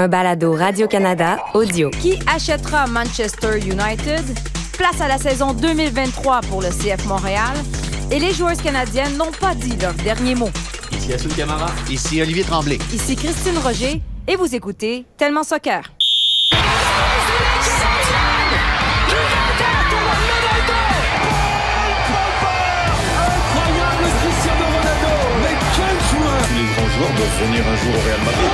Un balado Radio-Canada audio. Qui achètera Manchester United? Place à la saison 2023 pour le CF Montréal. Et les joueuses canadiennes n'ont pas dit leur dernier mot. Ici Assoun Camara. Ici Olivier Tremblay. Ici Christine Roger et vous écoutez Tellement Soccer. Les grands joueurs doivent venir un jour au Real Madrid.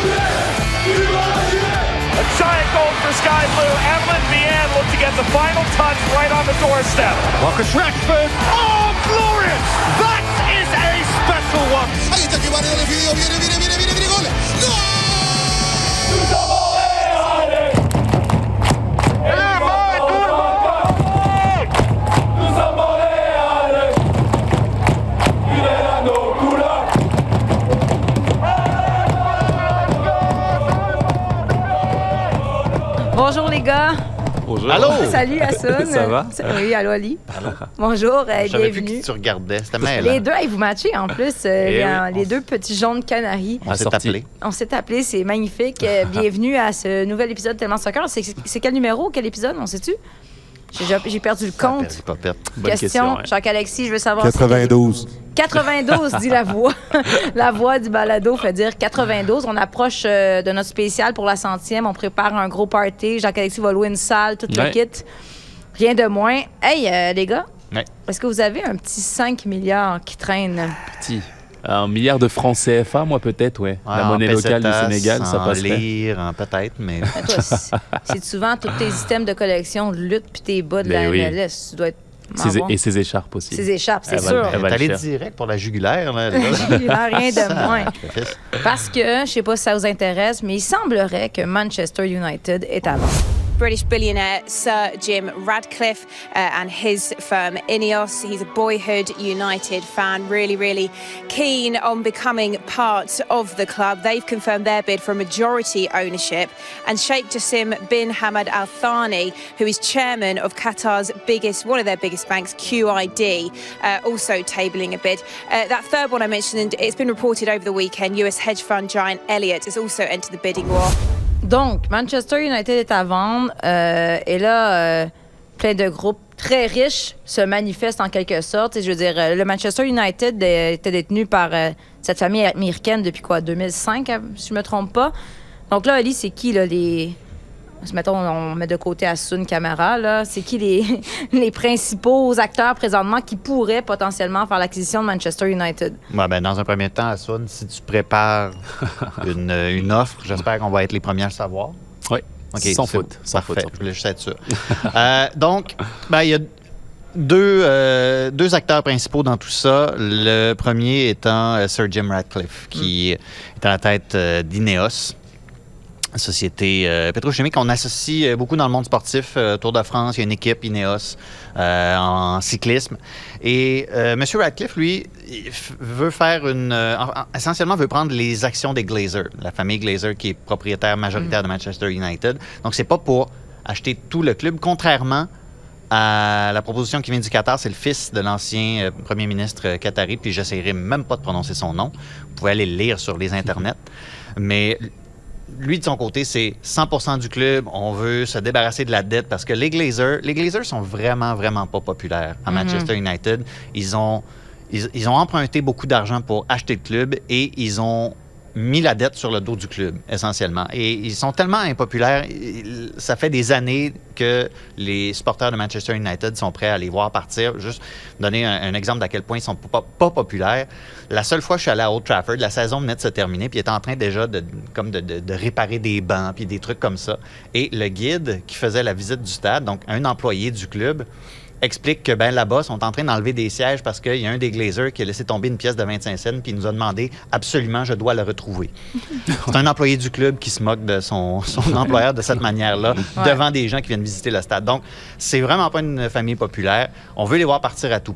A giant goal for Sky Blue. Evelyn Vianne looked to get the final touch right on the doorstep. Marcus Rashford. Oh, glorious! That is a special one. Ahí está que Varela definió. Viene, gol. ¡Gol! Bonjour les gars. Bonjour. Allô? Salut Assoun. Ça va? Oui, allô Ali. Bonjour, J'avais vu bienvenue. que tu regardais. C'était mêlant. Les deux, vous matchez en plus. Les deux petits jaunes canaris. On s'est appelés. On s'est appelés, c'est magnifique. Bienvenue à ce nouvel épisode Tellement Soccer. C'est quel numéro, quel épisode, on sait-tu? J'ai perdu le compte. Pas perte. Bonne question, ouais. Jacques-Alexis, je veux savoir... 92. 92, dit la voix. La voix du balado fait dire 92. On approche de notre spécial pour la 100e. On prépare un gros party. Jacques-Alexis va louer une salle, tout le Ouais. kit. Rien de moins. Hey, les gars, Ouais. est-ce que vous avez un petit 5 milliards qui traîne? Petit. 1 milliard de francs CFA, moi peut-être, ouais. La En monnaie locale du pesetas, Sénégal, ça en passerait. lire, en peut-être, mais... Mais toi, c'est souvent tous tes items de collection de lutte puis tes bas de la Ben oui. MLS. Tu dois être... Et ses écharpes aussi. Ses échappes, c'est Elle va- sûr. elle va T'es allé le faire. direct pour la jugulaire, là. là. Il a rien de moins. Fils. Parce que, je sais pas si ça vous intéresse, mais il semblerait que Manchester United est à vendre. British billionaire Sir Jim Radcliffe and his firm Ineos. He's a boyhood United fan, really keen on becoming part of the club. They've confirmed their bid for majority ownership. And Sheikh Jassim bin Hamad Al Thani, who is chairman of Qatar's one of their biggest banks, QID, also tabling a bid. That third one I mentioned, it's been reported over the weekend, US hedge fund giant Elliott has also entered the bidding war. Donc, Manchester United est à vendre. Et là, plein de groupes très riches se manifestent en quelque sorte. Et je veux dire, le Manchester United était détenu par cette famille américaine depuis quoi, 2005, si je me trompe pas. Donc là, Ali, c'est qui, là, mettons, on met de côté Assoun Camara, là. C'est qui les principaux acteurs présentement qui pourraient potentiellement faire l'acquisition de Manchester United? Ouais, ben, dans un premier temps, Assoun, si tu prépares une offre, j'espère qu'on va être les premiers à le savoir. Oui, OK, sans c'est faute. Sans parfait. faute. Je voulais juste être sûr. Donc, ben, il y a deux acteurs principaux dans tout ça. Le premier étant Sir Jim Radcliffe, qui est à la tête d'Ineos, société pétrochimique qu'on associe beaucoup dans le monde sportif. Tour de France, il y a une équipe Ineos en cyclisme. Et M. Radcliffe, lui, veut faire essentiellement veut prendre les actions des Glazers, la famille Glazer qui est propriétaire majoritaire de Manchester United. Donc, c'est pas pour acheter tout le club, contrairement à la proposition qui vient du Qatar. C'est le fils de l'ancien premier ministre qatari, puis j'essaierai même pas de prononcer son nom. Vous pouvez aller le lire sur les internets. Mais lui, de son côté, c'est 100% du club. On veut se débarrasser de la dette parce que les Glazers sont vraiment pas populaires à Manchester United. Ils ont emprunté beaucoup d'argent pour acheter le club et ils ont mis la dette sur le dos du club, essentiellement. Et ils sont tellement impopulaires, ça fait des années que les supporters de Manchester United sont prêts à les voir partir. Juste donner un exemple d'à quel point ils sont pas populaires. La seule fois que je suis allé à Old Trafford, la saison venait de se terminer, puis il était en train déjà de réparer des bancs, puis des trucs comme ça. Et le guide qui faisait la visite du stade, donc un employé du club, explique que là-bas, ils sont en train d'enlever des sièges parce qu'il y a un des Glazers qui a laissé tomber une pièce de 25 cents puis il nous a demandé absolument, je dois le retrouver. C'est un employé du club qui se moque de son employeur de cette manière-là, devant des gens qui viennent visiter le stade. Donc, c'est vraiment pas une famille populaire. On veut les voir partir à tout prix.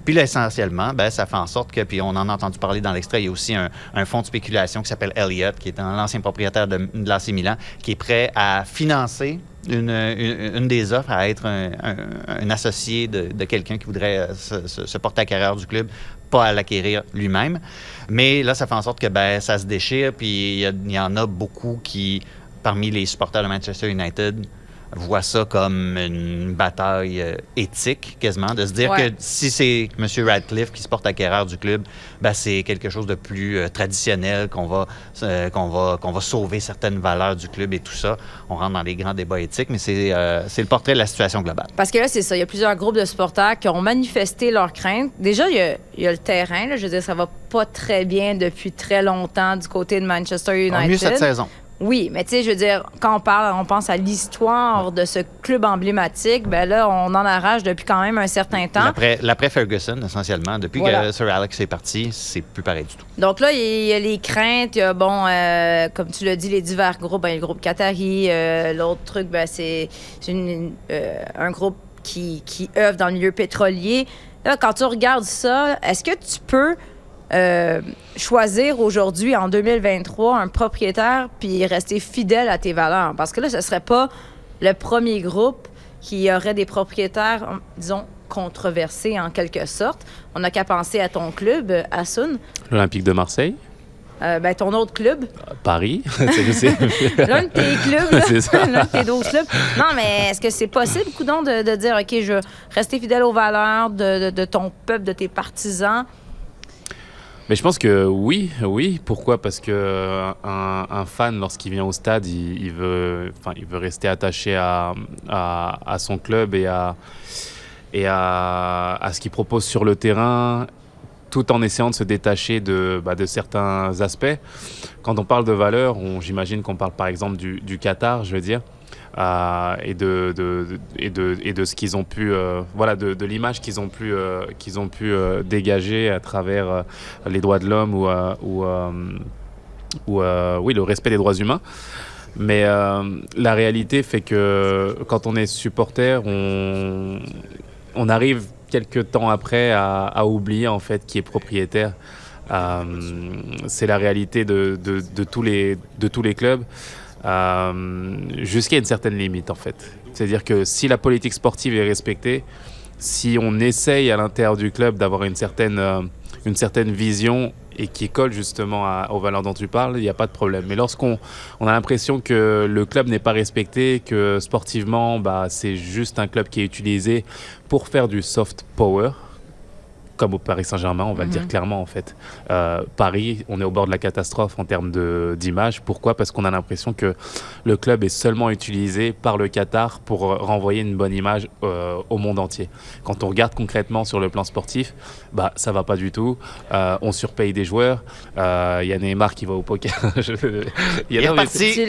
Puis là, essentiellement, ça fait en sorte que, puis on en a entendu parler dans l'extrait, il y a aussi un fonds de spéculation qui s'appelle Elliott, qui est l'ancien propriétaire de l'AC Milan, qui est prêt à financer une des offres, à être un associé de quelqu'un qui voudrait se porter à carrière du club, pas à l'acquérir lui-même. Mais là, ça fait en sorte que ça se déchire, puis il y en a beaucoup qui, parmi les supporters de Manchester United, voit ça comme une bataille éthique, quasiment, de se dire que si c'est M. Radcliffe qui se porte acquéreur du club, c'est quelque chose de plus traditionnel, qu'on va sauver certaines valeurs du club et tout ça. On rentre dans les grands débats éthiques, mais c'est le portrait de la situation globale. Parce que là, c'est ça. Il y a plusieurs groupes de supporters qui ont manifesté leurs craintes. Déjà, il y a le terrain. Là, je veux dire, ça va pas très bien depuis très longtemps du côté de Manchester United. Mieux cette saison. Oui, mais tu sais, je veux dire, quand on pense à l'histoire de ce club emblématique, là, on en arrache depuis quand même un certain temps. L'après Ferguson, essentiellement. Depuis que Sir Alex est parti, c'est plus pareil du tout. Donc là, il y a les craintes, il y a, comme tu l'as dit, les divers groupes. Le groupe Qatari, l'autre truc, c'est un groupe qui œuvre dans le milieu pétrolier. Là, quand tu regardes ça, est-ce que tu peux choisir aujourd'hui, en 2023, un propriétaire puis rester fidèle à tes valeurs? Parce que là, ce ne serait pas le premier groupe qui aurait des propriétaires, disons, controversés en quelque sorte. On n'a qu'à penser à ton club, Hassoun. L'Olympique de Marseille. Ton autre club. Paris. L'un de tes clubs. C'est ça. L'un de tes 12 clubs. Non, mais est-ce que c'est possible, Coudon, de dire, OK, je veux rester fidèle aux valeurs de ton peuple, de tes partisans? Mais je pense que oui. Pourquoi? Parce que un fan, lorsqu'il vient au stade, il veut rester attaché à son club et à ce qu'il propose sur le terrain, tout en essayant de se détacher de certains aspects. Quand on parle de valeurs, j'imagine qu'on parle par exemple du Qatar, je veux dire. Et de ce qu'ils ont pu de l'image qu'ils ont pu dégager à travers les droits de l'homme ou le respect des droits humains. Mais la réalité fait que quand on est supporter, on arrive quelques temps après à oublier en fait qui est propriétaire. C'est la réalité de tous les clubs. Jusqu'à une certaine limite en fait. C'est-à-dire que si la politique sportive est respectée, si on essaye à l'intérieur du club d'avoir une certaine vision et qui colle justement aux valeurs dont tu parles, il n'y a pas de problème. Mais lorsqu'on a l'impression que le club n'est pas respecté, que sportivement c'est juste un club qui est utilisé pour faire du soft power, comme au Paris Saint-Germain, on va le dire clairement en fait. Paris, on est au bord de la catastrophe en termes d'image. Pourquoi? Parce qu'on a l'impression que le club est seulement utilisé par le Qatar pour renvoyer une bonne image au monde entier. Quand on regarde concrètement sur le plan sportif, ça va pas du tout. On surpaye des joueurs. Il y a Neymar qui va au poker. Il est parti.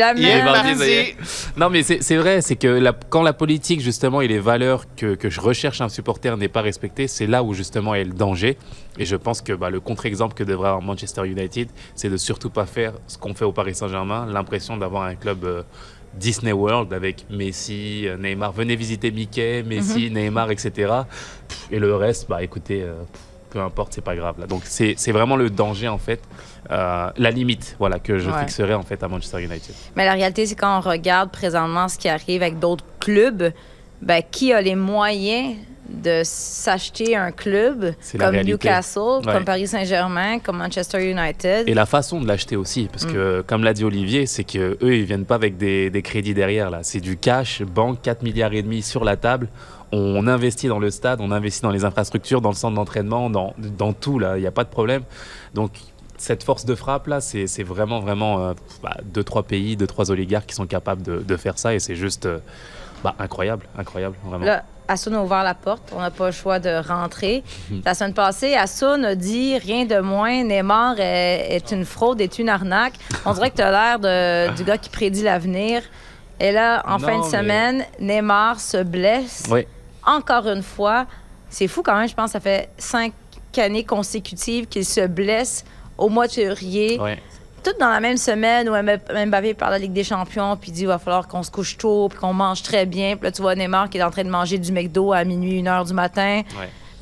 Non mais c'est vrai, c'est que quand la politique justement et les valeurs que je recherche un supporter n'est pas respectée, c'est là où justement elle danger. Et je pense que le contre-exemple que devrait avoir Manchester United, c'est de surtout pas faire ce qu'on fait au Paris Saint-Germain, l'impression d'avoir un club Disney World avec Messi, Neymar. Venez visiter Mickey, Messi, Neymar, etc. Et le reste, écoutez, peu importe, c'est pas grave. Là. Donc c'est vraiment le danger en fait, la limite que je fixerai en fait à Manchester United. Mais la réalité, c'est quand on regarde présentement ce qui arrive avec d'autres clubs, qui a les moyens de s'acheter un club comme Newcastle, comme Paris Saint-Germain, comme Manchester United. Et la façon de l'acheter aussi, parce que, comme l'a dit Olivier, c'est qu'eux, ils viennent pas avec des crédits derrière. Là. C'est du cash, banque, 4,5 milliards sur la table. On investit dans le stade, on investit dans les infrastructures, dans le centre d'entraînement, dans tout. Là, il n'y a pas de problème. Donc, cette force de frappe, là, c'est vraiment 2-3 pays, 2-3 oligarques qui sont capables de faire ça. Et c'est juste incroyable, vraiment. Là, Hassoun a ouvert la porte. On n'a pas le choix de rentrer. La semaine passée, Hassoun a dit rien de moins. Neymar est une fraude, est une arnaque. On dirait que tu as l'air du gars qui prédit l'avenir. Et là, en fin de semaine, Neymar se blesse. Oui. Encore une fois. C'est fou quand même. Je pense que ça fait 5 années consécutives qu'il se blesse au mois de février. Oui. Tout dans la même semaine où Mbappé parle de la Ligue des Champions puis dit qu'il va falloir qu'on se couche tôt puis qu'on mange très bien. Puis là, tu vois Neymar qui est en train de manger du McDo à minuit, 1h du matin. Ouais.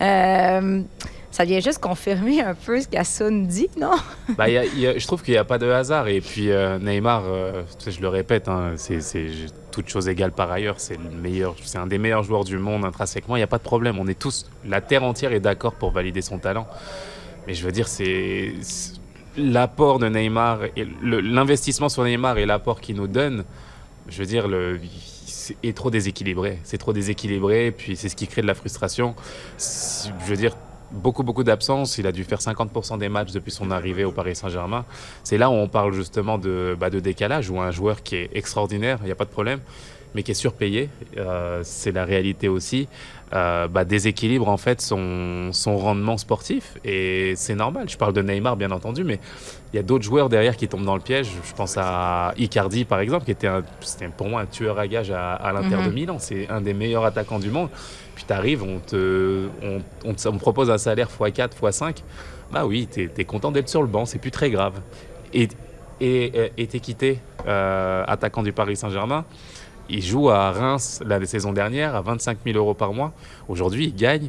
Ça vient juste confirmer un peu ce qu'Assoun dit, non? Je trouve qu'il n'y a pas de hasard. Et puis Neymar, je le répète, hein, c'est toute chose égale par ailleurs. C'est un des meilleurs joueurs du monde intrinsèquement. Il n'y a pas de problème. On est tous, la terre entière est d'accord pour valider son talent. Mais je veux dire, c'est l'apport de Neymar, et l'investissement sur Neymar et l'apport qu'il nous donne. Je veux dire, est trop déséquilibré. C'est trop déséquilibré. Puis c'est ce qui crée de la frustration. Je veux dire. Beaucoup d'absences. Il a dû faire 50% des matchs depuis son arrivée au Paris Saint-Germain. C'est là où on parle justement de décalage, où un joueur qui est extraordinaire, il n'y a pas de problème, mais qui est surpayé. C'est la réalité aussi. Déséquilibre en fait son rendement sportif. Et c'est normal. Je parle de Neymar, bien entendu, mais il y a d'autres joueurs derrière qui tombent dans le piège. Je pense à Icardi, par exemple, qui c'était pour moi un tueur à gages à l'Inter de Milan. C'est un des meilleurs attaquants du monde. Puis tu arrives, on te propose un salaire x4, x5. Bah oui, t'es content d'être sur le banc, c'est plus très grave. Et t'es quitté, attaquant du Paris Saint-Germain. Il joue à Reims la saison dernière à 25 000 euros par mois. Aujourd'hui, il gagne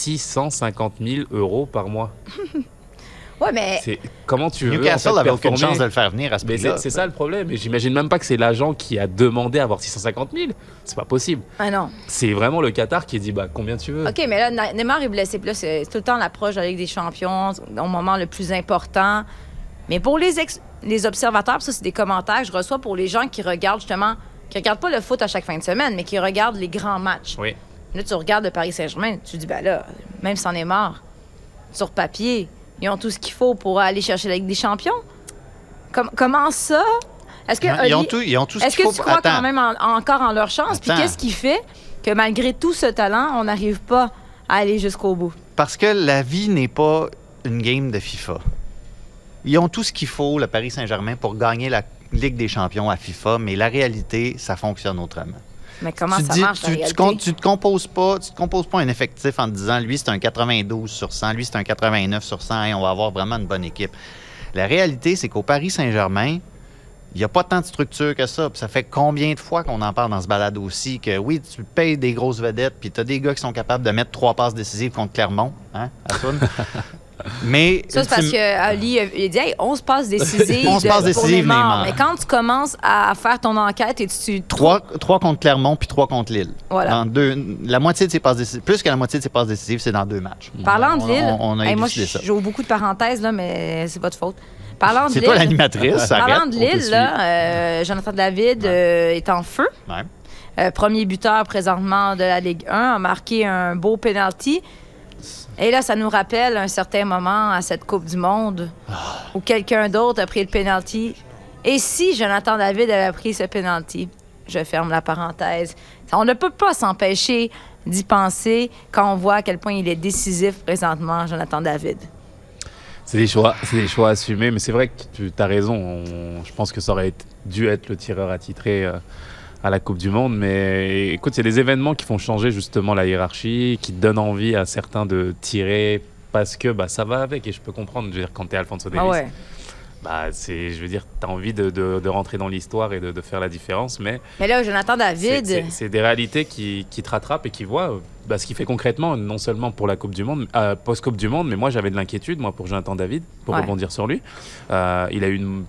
650 000 euros par mois. Ouais, mais. Comment tu veux Newcastle avait aucune chance de le faire venir à ce prix-là. C'est ça le problème. Et j'imagine même pas que c'est l'agent qui a demandé à avoir 650 000. C'est pas possible. Ah non. C'est vraiment le Qatar qui dit combien tu veux. OK, mais là, Neymar est blessé. Puis là, c'est tout le temps l'approche de la Ligue des Champions, au moment le plus important. Mais pour les observateurs, ça, c'est des commentaires que je reçois pour les gens qui regardent justement, qui regardent pas le foot à chaque fin de semaine, mais qui regardent les grands matchs. Oui. Là, tu regardes le Paris Saint-Germain, tu te dis, là, même sans Neymar, sur papier, ils ont tout ce qu'il faut pour aller chercher la Ligue des Champions. Comment ça? Est-ce que ils ont tout ce qu'il faut. Est-ce que tu crois quand même encore en leur chance? Puis qu'est-ce qui fait que malgré tout ce talent, on n'arrive pas à aller jusqu'au bout? Parce que la vie n'est pas une game de FIFA. Ils ont tout ce qu'il faut, le Paris Saint-Germain, pour gagner la Ligue des Champions à FIFA, mais la réalité, ça fonctionne autrement. Mais comment ça marche, la réalité? Tu te composes pas un effectif en te disant, lui, c'est un 92 sur 100, lui, c'est un 89 sur 100, et on va avoir vraiment une bonne équipe. La réalité, c'est qu'au Paris Saint-Germain, il n'y a pas tant de structure que ça. Puis ça fait combien de fois qu'on en parle dans ce balade aussi, que oui, tu payes des grosses vedettes, puis tu as des gars qui sont capables de mettre 3 passes décisives contre Clermont, hein, Assoun? Mais ça, c'est parce que Ali il dit 11 passes décisives. 11 passes décisives, Neymar. Mais quand tu commences à faire ton enquête et tu 3 contre Clermont puis 3 contre Lille. Voilà. La moitié de ses passes décisives, plus que la moitié de ses passes décisives, c'est dans 2 matchs. Parlant de Lille, on a moi, ça. j'ouvre beaucoup de parenthèses, là, mais c'est votre faute. Parlant de c'est Lille, toi l'animatrice. Parlant de Lille, là, Jonathan David est en feu. Ouais. Premier buteur présentement de la Ligue 1, a marqué un beau penalty. Et là, ça nous rappelle un certain moment à cette Coupe du Monde où quelqu'un d'autre a pris le penalty. Et si Jonathan David avait pris ce penalty, je ferme la parenthèse, on ne peut pas s'empêcher d'y penser quand on voit à quel point il est décisif présentement, Jonathan David. C'est des choix assumés, mais c'est vrai que tu as raison. Je pense que ça aurait dû être le tireur attitré à la Coupe du Monde, mais écoute, il y a des événements qui font changer justement la hiérarchie, qui donnent envie à certains de tirer parce que ça va avec, et je peux comprendre. Je veux dire, quand t'es Alphonso Davies, je veux dire, t'as envie de rentrer dans l'histoire et de faire la différence, mais là, Jonathan David, c'est des réalités qui te rattrapent et qui voient ce qu'il fait concrètement, non seulement pour la Coupe du Monde, post-Coupe du Monde, mais moi j'avais de l'inquiétude pour Jonathan David, pour rebondir sur lui. Il a eu une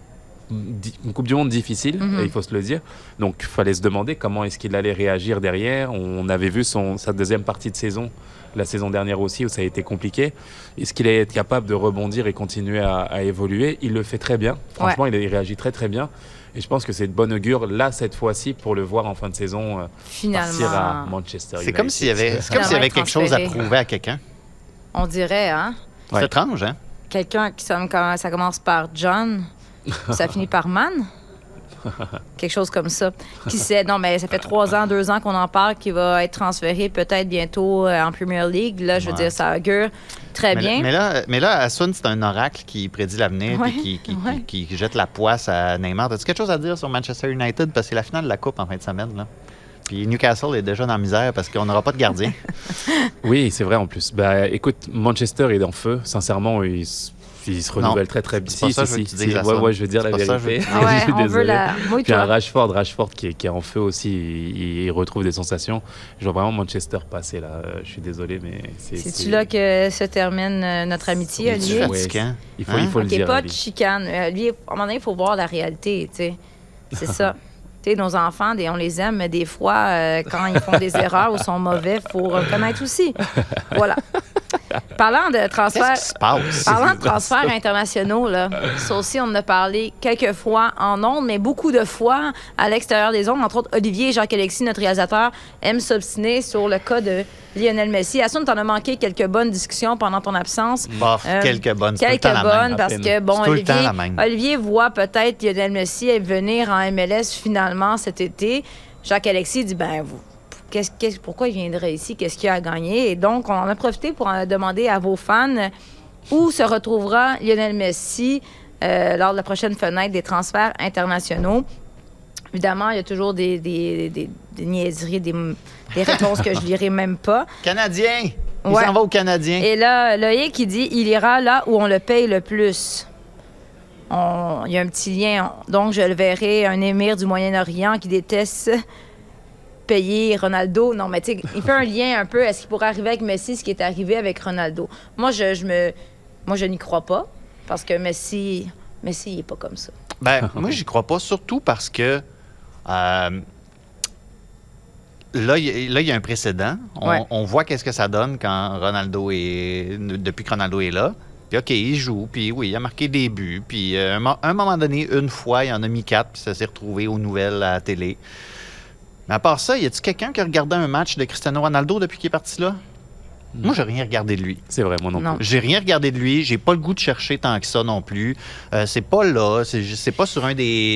Coupe du Monde difficile, et il faut se le dire. Donc, il fallait se demander comment est-ce qu'il allait réagir derrière. On avait vu sa deuxième partie de saison, la saison dernière aussi, où ça a été compliqué. Est-ce qu'il allait être capable de rebondir et continuer à évoluer? Il le fait très bien. Franchement, il réagit très, très bien. Et je pense que c'est de bonne augure, là, cette fois-ci, pour le voir en fin de saison partir à Manchester United. C'est comme s'il y avait quelque chose à prouver à quelqu'un. On dirait, hein? C'est étrange, hein? Quelqu'un qui ça commence par John... Ça finit par Man? Quelque chose comme ça. Qui sait? Non, mais ça fait 2 ans qu'on en parle, qu'il va être transféré peut-être bientôt en Premier League. Là, je veux dire, ça augure très bien. Mais là, Assoun, c'est un oracle qui prédit l'avenir et qui jette la poisse à Neymar. As-tu quelque chose à dire sur Manchester United? Parce que c'est la finale de la Coupe en fin de semaine, là. Puis Newcastle est déjà dans la misère parce qu'on n'aura pas de gardien. Oui, c'est vrai en plus. Écoute, Manchester est en feu. Sincèrement, il se renouvelle très très bien. C'est pas ça que je veux que tu dises à ça. Ouais, je veux dire la C'est pas ça que je veux vérité. que tu Ouais, Je suis on veut désolé. la... Puis un Mouille-toi. Rashford qui est en feu aussi, il retrouve des sensations. Je vois vraiment Manchester passer là. Je suis désolé, mais C'est-tu là que se termine notre amitié, Es-tu Olivier? Ouais, fatigant? il faut le OK, dire. pas de Ali. chicane. Lui, à un moment donné, il faut voir la réalité, tu sais. C'est ça. Tu sais, nos enfants, on les aime, mais des fois, quand ils font des erreurs ou sont mauvais, il faut reconnaître aussi. Voilà. Parlant de transfert... Qu'est-ce qui se passe? Parlant de transferts internationaux, là, ça aussi, on en a parlé quelques fois en ondes, mais beaucoup de fois à l'extérieur des ondes. Entre autres, Olivier et Jacques-Alexis, notre réalisateur, aiment s'obstiner sur le cas de Lionel Messi. Assume, t'en as manqué quelques bonnes discussions pendant ton absence. Bof, quelques bonnes. C'est tout le Quelques temps la même. bonnes, parce peine. que, bon, C'est tout le temps la même. Olivier voit peut-être Lionel Messi venir en MLS finalement cet été. Jacques-Alexis dit, ben, vous, pourquoi il viendrait ici? Qu'est-ce qu'il a à gagner? Et donc, on en a profité pour demander à vos fans où se retrouvera Lionel Messi lors de la prochaine fenêtre des transferts internationaux. Évidemment, il y a toujours des niaiseries, des réponses que je lirai même pas. Canadien! Il Ouais. s'en va au Canadien. Et là, Loïc, qui dit, il ira là où on le paye le plus. Il y a un petit lien. Donc, je le verrai, un émir du Moyen-Orient qui déteste payer Ronaldo. Non, mais tu sais, il fait un lien un peu. Est-ce qu'il pourrait arriver avec Messi, ce qui est arrivé avec Ronaldo? Moi, je n'y crois pas, parce que Messi, il n'est pas comme ça. Ben, moi, j'y crois pas, surtout parce que là, il y a un précédent. Ouais. On voit qu'est-ce que ça donne quand depuis que Ronaldo est là. Puis, OK, il joue, puis oui, il a marqué des buts. Puis, à un moment donné, une fois, il en a mis 4, puis ça s'est retrouvé aux nouvelles à la télé. Mais à part ça, y a-t-il quelqu'un qui a regardé un match de Cristiano Ronaldo depuis qu'il est parti là? Moi, j'ai rien regardé de lui. C'est vrai, moi non Non. plus. J'ai rien regardé de lui. J'ai pas le goût de chercher tant que ça non plus. C'est pas là. C'est pas sur une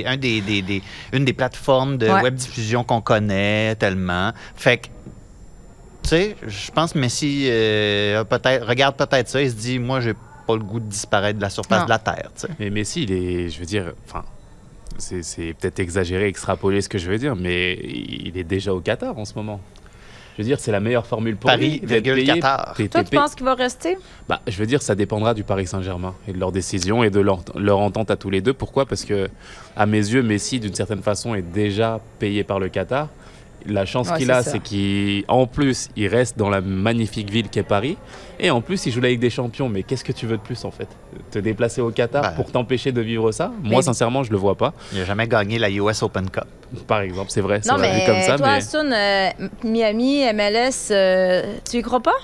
des plateformes de Ouais. web diffusion qu'on connaît tellement. Fait que, tu sais, je pense que Messi regarde peut-être ça et se dit, moi, j'ai pas le goût de disparaître de la surface Non. de la Terre. Tu sais. Mais Messi, je veux dire, enfin, c'est peut-être exagéré, extrapoler ce que je veux dire, mais il est déjà au Qatar en ce moment. Je veux dire, c'est la meilleure formule pour Paris, lui. d'être virgule, payé. Qatar. T'es Toi, tu payé. penses qu'il va rester? Bah, je veux dire, ça dépendra du Paris Saint-Germain et de leur décision et de leur entente à tous les deux. Pourquoi? Parce que, à mes yeux, Messi, d'une certaine façon, est déjà payé par le Qatar. La chance Ouais, qu'il c'est a, ça. c'est qu'en plus, il reste dans la magnifique ville qu'est Paris. Et en plus, il joue la Ligue des Champions. Mais qu'est-ce que tu veux de plus, en fait? Te déplacer au Qatar Bah. pour t'empêcher de vivre ça? Moi, Mais- sincèrement, je le vois pas. Il n'a jamais gagné la US Open Cup. Par exemple, c'est vrai. Non, C'est vrai, mais vu comme ça, toi, mais Aston, Miami, MLS, tu y crois pas?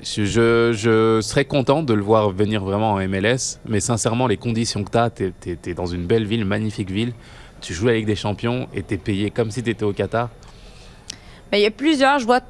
je serais content de le voir venir vraiment en MLS. Mais sincèrement, les conditions que tu as, t'es dans une belle ville, magnifique ville. Tu joues la Ligue des Champions et t'es payé comme si tu étais au Qatar. Mais il y a plusieurs, je vois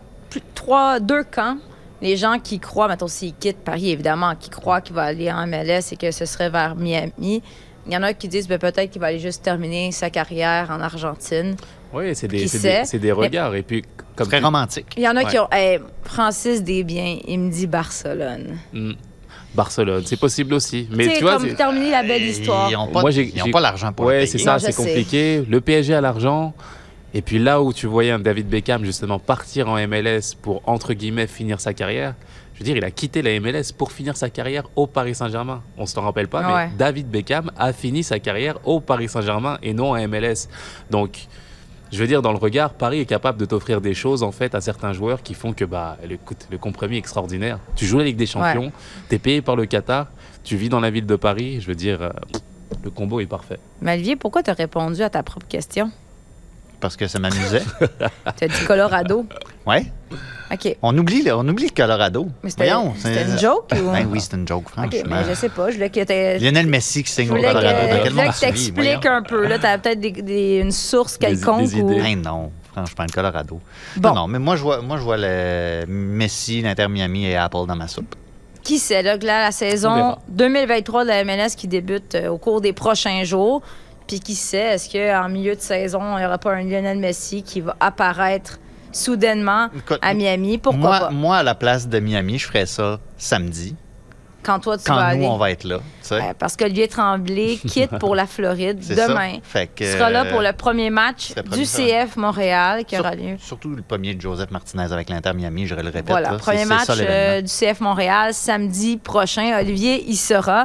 deux camps. Les gens qui croient, mettons, s'ils quittent Paris, évidemment, qui croient qu'il va aller en MLS et que ce serait vers Miami. Il y en a qui disent peut-être qu'il va aller juste terminer sa carrière en Argentine. Oui, c'est Qui sait? des regards. Et puis, comme Très tu- romantique. Il y en a Ouais. qui ont... Hey, Francis Desbiens, il me dit Barcelone. Barcelone, c'est possible aussi. Mais Tu sais, tu vois, comme terminer la belle histoire. Ils n'ont pas, Moi, ils ont pas l'argent pour le ouais, payer. c'est ça, Non, je c'est sais. compliqué. Le PSG a l'argent. Et puis là où tu voyais un David Beckham justement partir en MLS pour, entre guillemets, finir sa carrière, je veux dire, il a quitté la MLS pour finir sa carrière au Paris Saint-Germain. On se t'en rappelle pas, Ouais. mais David Beckham a fini sa carrière au Paris Saint-Germain et non en MLS. Donc, je veux dire, dans le regard, Paris est capable de t'offrir des choses en fait à certains joueurs qui font que le compromis est extraordinaire. Tu joues la Ligue des Champions, tu es payé par le Qatar, tu vis dans la ville de Paris, je veux dire, le combo est parfait. Mais Olivier, pourquoi tu as répondu à ta propre question? Parce que ça m'amusait. Tu as dit Colorado. Ouais. OK. On oublie le Colorado. Mais c'était Voyons, c'était une joke? Ou... Ben oui, c'est une joke, franchement. OK, mais je sais pas. Je voulais que tu Lionel Messi qui signe Je au voulais Colorado. que, Quel je voulais monde que tu vis, t'expliques voyons. un peu. Là, t'as peut-être une source quelconque. des ou... idées. Ben non, franchement, le Colorado. Bon. Non, mais moi, je vois le Messi, l'Inter Miami et Apple dans ma soupe. Qui sait, là, que là, la On saison verra. 2023 de la MLS qui débute au cours des prochains jours. Puis qui sait, est-ce qu'en milieu de saison, il n'y aura pas un Lionel Messi qui va apparaître soudainement Écoute, à Miami? Pourquoi pas? Moi, à la place de Miami, je ferais ça samedi, Quand toi, tu quand vas nous, aller. on va être là. Tu sais. Parce qu'Olivier Tremblay quitte pour la Floride C'est demain. ça. Fait que, Il sera là pour le premier match c'est le du premier CF Montréal qui aura lieu. Surtout le premier de Joseph Martinez avec l'Inter Miami, je le répète. Voilà, là, premier c'est match ça, l'événement. du CF Montréal samedi prochain. Olivier y sera.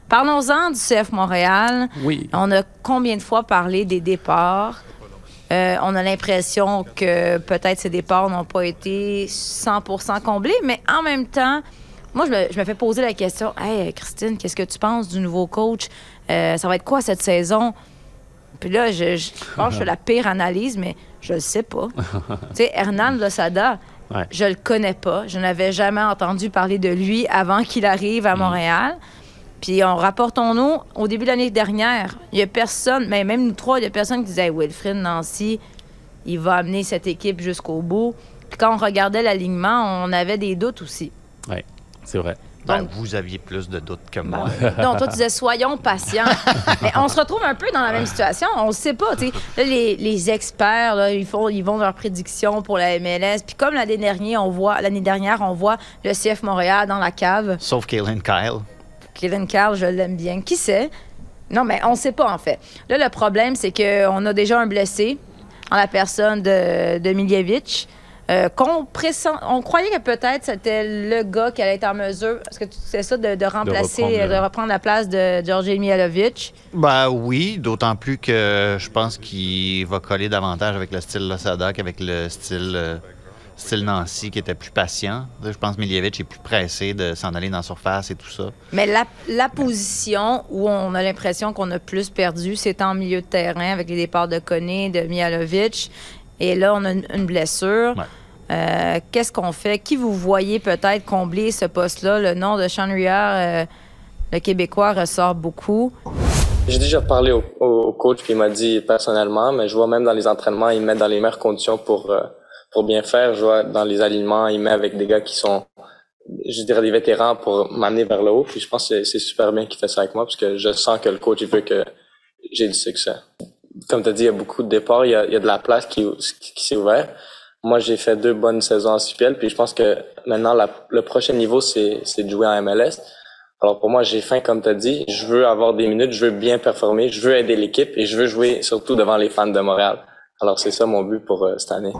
Parlons-en du CF Montréal. Oui. On a combien de fois parlé des départs? On a l'impression que peut-être ces départs n'ont pas été 100% comblés, mais en même temps, moi, je me fais poser la question, « Hey, Christine, qu'est-ce que tu penses du nouveau coach? Ça va être quoi cette saison? » Puis là, je pense que je fais la pire analyse, mais je le sais pas. Tu sais, Hernan Losada, je le connais pas. Je n'avais jamais entendu parler de lui avant qu'il arrive à Montréal. Puis rapportons-nous, au début de l'année dernière, il y a personne, mais même nous trois, il y a personne qui disait hey, « Wilfrid Nancy, il va amener cette équipe jusqu'au bout. » Puis quand on regardait l'alignement, on avait des doutes aussi. Oui, c'est vrai. Donc, vous aviez plus de doutes que moi. Non, toi, tu disais soyons patients. Mais on se retrouve un peu dans la même situation. On ne sait pas. Là, les experts, là, ils vont leurs prédictions pour la MLS. Puis comme l'année dernière, on voit le CF Montréal dans la cave. Sauf Kaylin Kyle. Kaylin Kyle, je l'aime bien. Qui sait? Non, mais on ne sait pas, en fait. Là, le problème, c'est qu'on a déjà un blessé en la personne de Miljevic. On croyait que peut-être c'était le gars qui allait être en mesure, est-ce que tu sais ça, de remplacer, de reprendre la place de Georgi Mihailovic? Ben oui, d'autant plus que je pense qu'il va coller davantage avec le style Losada qu'avec le style Nancy qui était plus patient. Je pense que Miljevic est plus pressé de s'en aller dans la surface et tout ça. Mais la position où on a l'impression qu'on a plus perdu, c'est en milieu de terrain avec les départs de Koné, de Mihailovic. Et là, on a une blessure. Ouais. Qu'est-ce qu'on fait? Qui vous voyez peut-être combler ce poste-là? Le nom de Sean Riard, le Québécois, ressort beaucoup. J'ai déjà parlé au coach, puis il m'a dit personnellement, mais je vois même dans les entraînements, il met dans les meilleures conditions pour bien faire. Je vois dans les alignements, il met avec des gars qui sont, je dirais, des vétérans pour m'amener vers le haut. Puis je pense que c'est super bien qu'il fait ça avec moi, parce que je sens que le coach, il veut que j'ai du succès. Comme tu as dit, il y a beaucoup de départs, il y a de la place qui s'est ouverte. Moi, j'ai fait 2 bonnes saisons en CPL, puis je pense que maintenant, le prochain niveau, c'est de jouer en MLS. Alors pour moi, j'ai faim, comme tu as dit. Je veux avoir des minutes, je veux bien performer, je veux aider l'équipe et je veux jouer surtout devant les fans de Montréal. Alors c'est ça mon but pour cette année.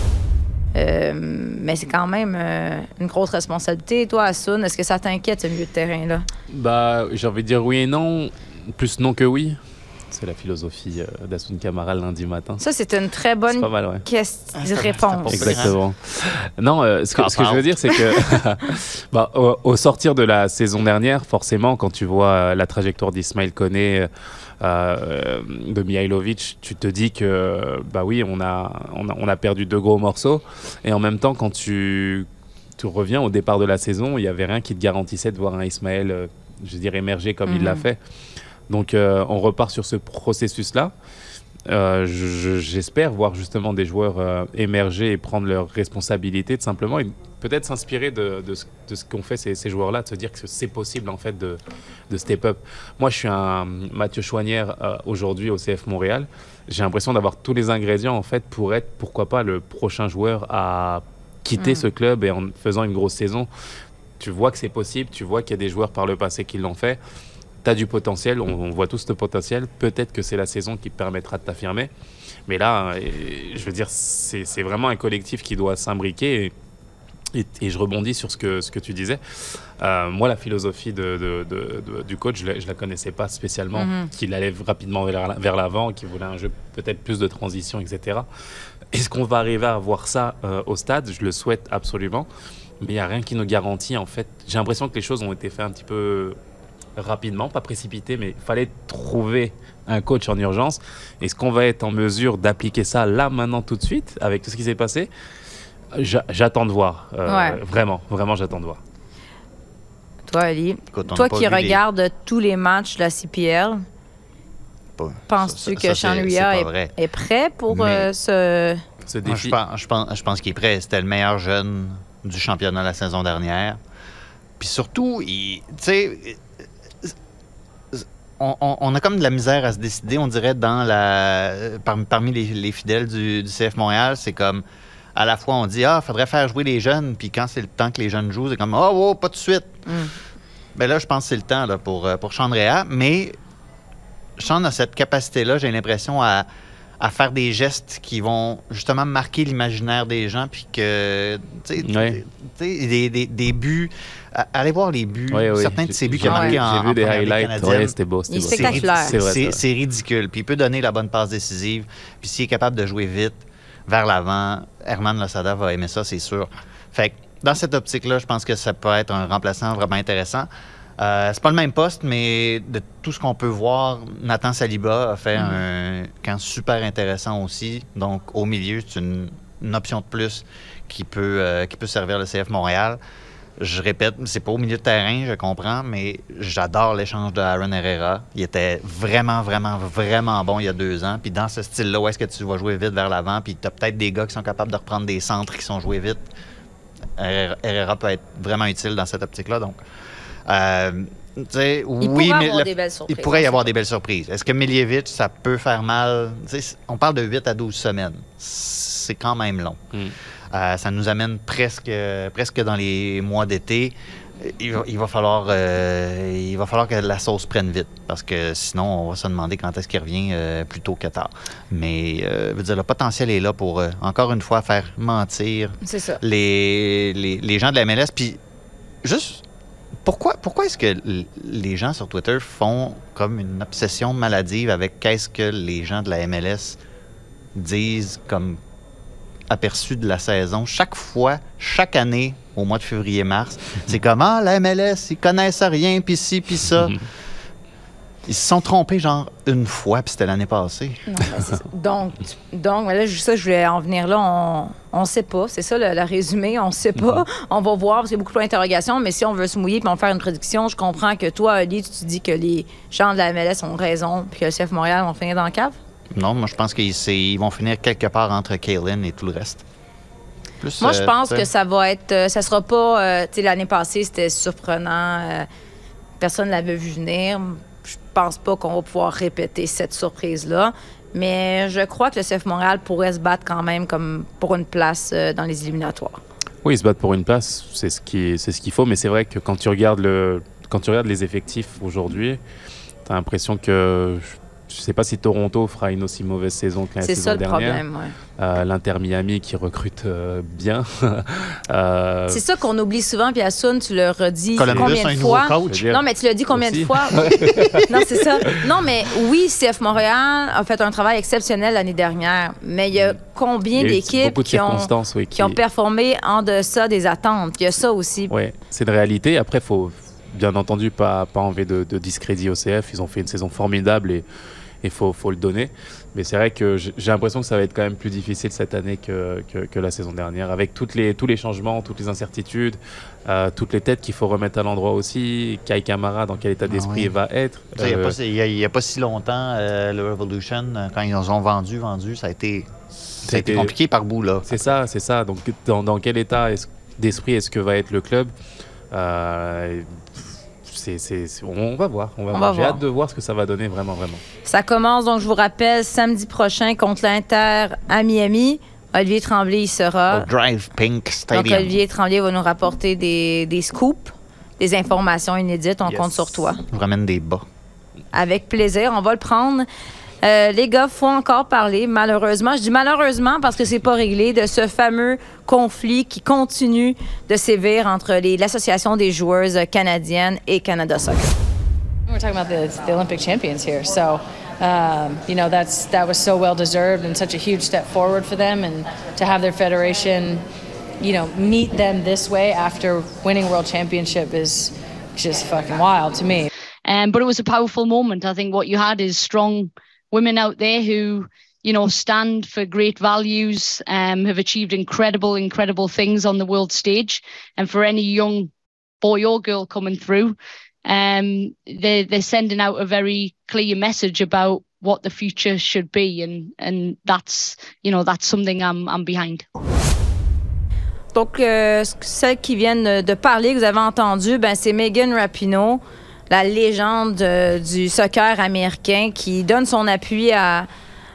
Mais c'est quand même une grosse responsabilité. Toi, Assoun, est-ce que ça t'inquiète, ce milieu de terrain-là? Bah, j'ai envie de dire oui et non. Plus non que oui. C'est la philosophie d'Assoun Camara lundi matin. Ça, c'est une très bonne réponse. Exactement. Non, ce que je veux dire, c'est que bah, au sortir de la saison dernière, forcément, quand tu vois la trajectoire d'Ismaël Koné, de Mihailovic, tu te dis que bah oui, on a perdu 2 gros morceaux. Et en même temps, quand tu reviens au départ de la saison, il n'y avait rien qui te garantissait de voir un Ismaël, je veux dire, émerger comme il l'a fait. Donc, on repart sur ce processus-là. J'espère voir justement des joueurs émerger et prendre leurs responsabilités, tout simplement, et peut-être s'inspirer de ce qu'ont fait ces joueurs-là, de se dire que c'est possible, en fait, de step up. Moi, je suis un Mathieu Chouanière aujourd'hui au CF Montréal. J'ai l'impression d'avoir tous les ingrédients, en fait, pour être, pourquoi pas, le prochain joueur à quitter ce club et en faisant une grosse saison. Tu vois que c'est possible, tu vois qu'il y a des joueurs par le passé qui l'ont fait. Tu as du potentiel, on voit tous ce potentiel. Peut-être que c'est la saison qui te permettra de t'affirmer. Mais là, je veux dire, c'est vraiment un collectif qui doit s'imbriquer. Et je rebondis sur ce que tu disais. Moi, la philosophie du coach, je ne la connaissais pas spécialement. Qu'il allait rapidement vers l'avant, qu'il voulait un jeu peut-être plus de transition, etc. Est-ce qu'on va arriver à voir ça au stade? Je le souhaite absolument. Mais il n'y a rien qui nous garantit, en fait. J'ai l'impression que les choses ont été faites un petit peu rapidement, pas précipité, mais il fallait trouver un coach en urgence. Est-ce qu'on va être en mesure d'appliquer ça là, maintenant, tout de suite, avec tout ce qui s'est passé? J'attends de voir. Vraiment, j'attends de voir. Toi, Ali, toi qui regardes tous les matchs de la CPL, penses-tu que Sean Riard est prêt pour ce Je défi? pense qu'il est prêt. C'était le meilleur jeune du championnat la saison dernière. Puis surtout, tu sais, on a comme de la misère à se décider, on dirait, parmi les fidèles du CF Montréal. C'est comme, à la fois, on dit, faudrait faire jouer les jeunes, puis quand c'est le temps que les jeunes jouent, c'est comme, pas tout de suite. Ben là, je pense que c'est le temps là, pour Sean Riard, mais Sean a cette capacité-là, j'ai l'impression, à à faire des gestes qui vont justement marquer l'imaginaire des gens, puis que, des buts, allez voir les buts, certains de ces buts qu'il a marqués en J'ai vu des highlights, c'était beau. Il est spectaculaire. C'est ridicule, puis il peut donner la bonne passe décisive, puis s'il est capable de jouer vite, vers l'avant, Herman Losada va aimer ça, c'est sûr. Fait que, dans cette optique-là, je pense que ça peut être un remplaçant vraiment intéressant. C'est pas le même poste, mais de tout ce qu'on peut voir, Nathan Saliba a fait un camp super intéressant aussi. Donc, au milieu, c'est une option de plus qui peut servir le CF Montréal. Je répète, c'est pas au milieu de terrain, je comprends, mais j'adore l'échange de Aaron Herrera. Il était vraiment, vraiment, vraiment bon il y a 2 ans. Puis dans ce style-là, où est-ce que tu vas jouer vite vers l'avant, puis tu as peut-être des gars qui sont capables de reprendre des centres qui sont joués vite. Herrera peut être vraiment utile dans cette optique-là. Donc, il pourrait y avoir des belles surprises. Est-ce que Miljevic, ça peut faire mal? On parle de 8 à 12 semaines. C'est quand même long. Ça nous amène presque dans les mois d'été. Il va falloir que la sauce prenne vite, parce que sinon, on va se demander quand est-ce qu'il revient plus tôt que tard. Mais le potentiel est là pour, encore une fois, faire mentir les gens de la MLS. Puis, juste, pourquoi est-ce que les gens sur Twitter font comme une obsession maladive avec qu'est-ce que les gens de la MLS disent comme aperçu de la saison? Chaque année, au mois de février-mars, c'est comme « Ah, la MLS, ils connaissent rien, puis ci, puis ça. » Ils se sont trompés, genre, une fois, puis c'était l'année passée. Non, donc là, ça, je voulais en venir là. On ne sait pas. C'est ça, le résumé. On ne sait pas. On va voir, parce qu'il y a beaucoup d'interrogations. Mais si on veut se mouiller puis on va faire une prédiction, je comprends que toi, Ali, tu dis que les gens de la MLS ont raison puis que le CF Montréal vont finir dans le cave. Non, moi, je pense qu'ils vont finir quelque part entre Kaylin et tout le reste. Moi, je pense que ça va être... ça sera pas... tu sais, l'année passée, c'était surprenant. Personne ne l'avait vu venir. Je pense pas qu'on va pouvoir répéter cette surprise-là. Mais je crois que le CF Montréal pourrait se battre quand même comme pour une place dans les éliminatoires. Oui, ils se battent pour une place, c'est ce qu'il faut. Mais c'est vrai que quand tu regardes les effectifs aujourd'hui, tu as l'impression que... Je ne sais pas si Toronto fera une aussi mauvaise saison que la saison dernière. C'est ça le problème, l'Inter Miami qui recrute bien. C'est ça qu'on oublie souvent, puis Assoun, tu le redis Columbus, combien de fois? Non, mais tu l'as dit combien de fois? Non, c'est ça. Non, mais oui, CF Montréal a fait un travail exceptionnel l'année dernière, mais il y a combien d'équipes qui ont performé en deçà des attentes? Il y a ça aussi. Oui, c'est une réalité. Après, il faut bien entendu pas enlever de discrédit au CF. Ils ont fait une saison formidable et il faut le donner. Mais c'est vrai que j'ai l'impression que ça va être quand même plus difficile cette année que la saison dernière, avec tous les changements, toutes les incertitudes, toutes les têtes qu'il faut remettre à l'endroit aussi. Kai Kamara, dans quel état d'esprit il va être. Il n'y a pas si longtemps, le Revolution, quand ils ont vendu, ça a été compliqué par bout, là. C'est ça. Donc, dans quel état d'esprit est-ce que va être le club? On va voir. J'ai hâte de voir ce que ça va donner, vraiment. Ça commence, donc je vous rappelle, samedi prochain contre l'Inter à Miami. Olivier Tremblay y sera. Au Drive Pink Stadium. Donc Olivier Tremblay va nous rapporter des scoops, des informations inédites. On compte sur toi. Je vous ramène des bas. Avec plaisir, on va le prendre. Les gars, il faut encore parler, malheureusement. Je dis malheureusement parce que c'est pas réglé, de ce fameux conflit qui continue de sévir entre l'Association des joueuses canadiennes et Canada Soccer. We're talking about the Olympic champions here, so that was so well deserved and such a huge step forward for them, and to have their federation, meet them this way after winning world championship is just fucking wild to me. But it was a powerful moment. I think what you had is strong women out there who, stand for great values, have achieved incredible things on the world stage. And for any young boy or girl coming through, they're sending out a very clear message about what the future should be. And that's something I'm behind. Donc, celles qui viennent de parler, que vous avez entendu, c'est Megan Rapinoe, la légende du soccer américain, qui donne son appui à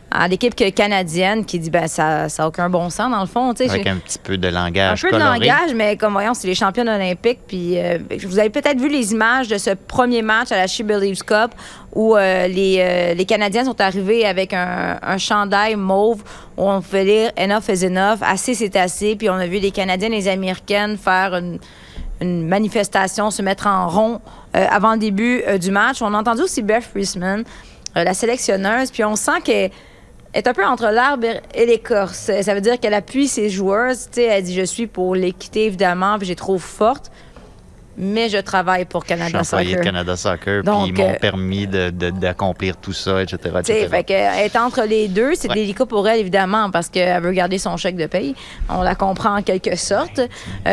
à l'équipe canadienne qui dit ça n'a aucun bon sens dans le fond. Avec un petit peu de langage coloré. Un peu de langage, mais comme voyons, c'est les championnes olympiques. Puis vous avez peut-être vu les images de ce premier match à la She Believes Cup où les Canadiens sont arrivés avec un chandail mauve où on pouvait lire « Enough is enough »,« Assez, c'est assez ». Puis on a vu les Canadiennes et les Américaines faire une manifestation, se mettre en rond avant le début du match. On a entendu aussi Beth Friesman, la sélectionneuse, puis on sent qu'elle est un peu entre l'arbre et l'écorce. Ça veut dire qu'elle appuie ses joueuses. Elle dit « Je suis pour l'équité, évidemment, puis j'ai trop forte, mais je travaille pour Canada Soccer. » Je suis employée de Canada Soccer, puis ils m'ont permis d'accomplir tout ça, etc. Fait qu'elle est entre les deux. C'est délicat pour elle, évidemment, parce qu'elle veut garder son chèque de paye. On la comprend en quelque sorte.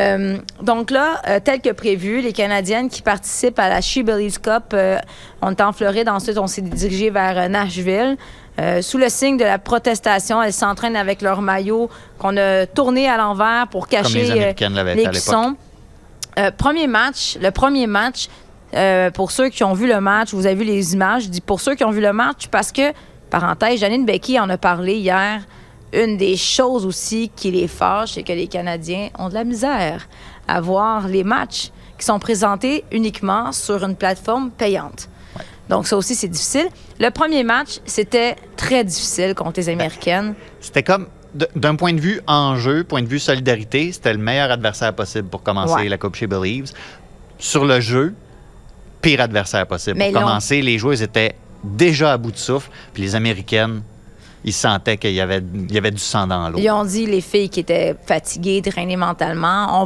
Donc là, tel que prévu, les Canadiennes qui participent à la She Believes Cup, on est en Floride. Ensuite, on s'est dirigé vers Nashville. Sous le signe de la protestation, elles s'entraînent avec leur maillot qu'on a tourné à l'envers pour cacher les cuissons. Le premier match, pour ceux qui ont vu le match, vous avez vu les images, je dis pour ceux qui ont vu le match parce que, parenthèse, Janine Beckie en a parlé hier, une des choses aussi qui les fâche, c'est que les Canadiens ont de la misère à voir les matchs qui sont présentés uniquement sur une plateforme payante. Donc, ça aussi, c'est difficile. Le premier match, c'était très difficile contre les Américaines. C'était comme, d'un point de vue enjeu, point de vue solidarité, c'était le meilleur adversaire possible pour commencer la Coupe She Believes. Sur le jeu, pire adversaire possible. Pour commencer, les joueuses étaient déjà à bout de souffle, puis les Américaines, ils sentaient qu'il y avait du sang dans l'eau. Ils ont dit, les filles qui étaient fatiguées, drainées mentalement,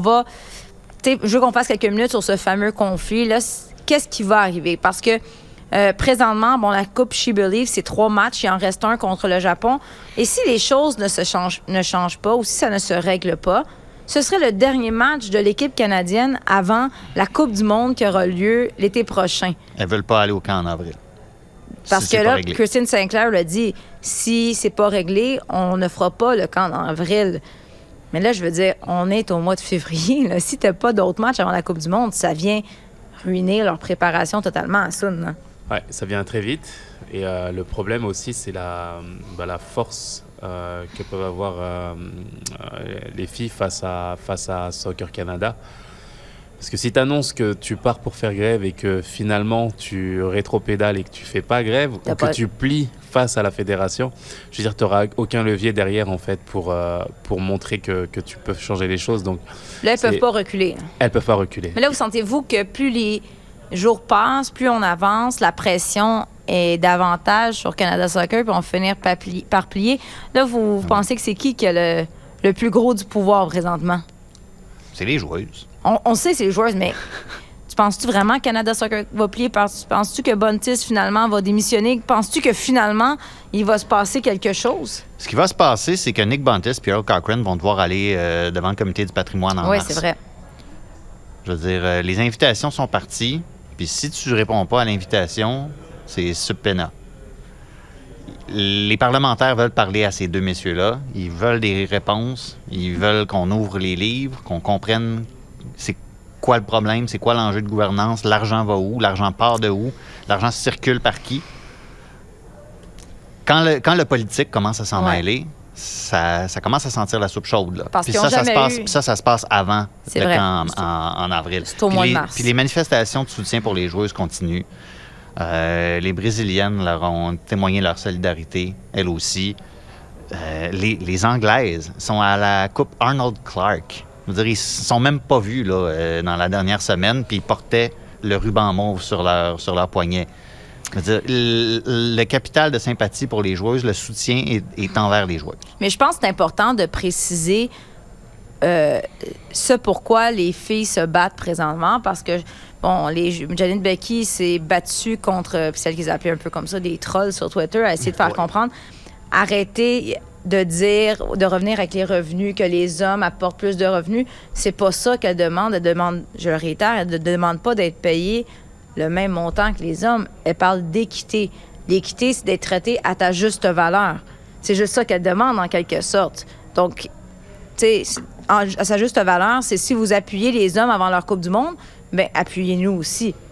je veux qu'on fasse quelques minutes sur ce fameux conflit. Là, qu'est-ce qui va arriver? Parce que présentement, la Coupe She Believes, c'est 3 matchs. Il en reste un contre le Japon. Et si les choses ne changent pas ou si ça ne se règle pas, ce serait le dernier match de l'équipe canadienne avant la Coupe du monde qui aura lieu l'été prochain. Elles ne veulent pas aller au camp en avril. Parce que là, Christine Sinclair l'a dit, si c'est pas réglé, on ne fera pas le camp en avril. Mais là, je veux dire, on est au mois de février. Là. Si tu n'as pas d'autres matchs avant la Coupe du monde, ça vient ruiner leur préparation totalement à ça. Oui, ça vient très vite. Et le problème aussi, c'est la force que peuvent avoir les filles face à Soccer Canada. Parce que si tu annonces que tu pars pour faire grève et que finalement tu rétropédales et que tu fais pas grève, ou que tu plies face à la fédération, je veux dire, tu n'auras aucun levier derrière en fait pour montrer que tu peux changer les choses. Donc, là, elles peuvent pas reculer. Elles peuvent pas reculer. Mais là, vous sentez-vous que plus les jours passent, plus on avance, la pression est davantage sur Canada Soccer, puis on va finir par plier. Là, vous pensez que c'est qui a le plus gros du pouvoir présentement? C'est les joueuses. On sait que c'est les joueuses, mais tu penses-tu vraiment que Canada Soccer va plier? Penses-tu que Bontis, finalement, va démissionner? Penses-tu que, finalement, il va se passer quelque chose? Ce qui va se passer, c'est que Nick Bontis et Earl Cochrane vont devoir aller devant le comité du patrimoine en mars. Oui, c'est vrai. Je veux dire, les invitations sont parties, puis si tu ne réponds pas à l'invitation, c'est sub pena. Les parlementaires veulent parler à ces deux messieurs-là. Ils veulent des réponses. Ils veulent qu'on ouvre les livres, qu'on comprenne c'est quoi le problème, c'est quoi l'enjeu de gouvernance, l'argent va où, l'argent part de où, l'argent circule par qui. Quand le politique commence à s'en mêler, ça commence à sentir la soupe chaude. Là. Parce puis qu'ils ça se passe avant le camp en avril. C'est au mois de mars. Puis les manifestations de soutien pour les joueuses continuent. Les Brésiliennes leur ont témoigné leur solidarité, elles aussi. Les Anglaises sont à la Coupe Arnold Clark. Je veux dire, ils ne se sont même pas vus là, dans la dernière semaine, puis ils portaient le ruban mauve sur leur poignet. Je veux dire, le capital de sympathie pour les joueuses, le soutien est envers les joueuses. Mais je pense que c'est important de préciser ce pourquoi les filles se battent présentement, parce que Janine Beckie s'est battue contre celle qu'ils appelaient un peu comme ça des trolls sur Twitter, à essayer de faire comprendre, arrêtez de revenir avec les revenus, que les hommes apportent plus de revenus. C'est pas ça qu'elle demande. Elle demande, je le réitère, elle ne demande pas d'être payée le même montant que les hommes. Elle parle d'équité. L'équité, c'est d'être traité à ta juste valeur. C'est juste ça qu'elle demande, en quelque sorte. Donc, tu sais, à sa juste valeur, c'est si vous appuyez les hommes avant leur Coupe du monde, bien, appuyez-nous aussi.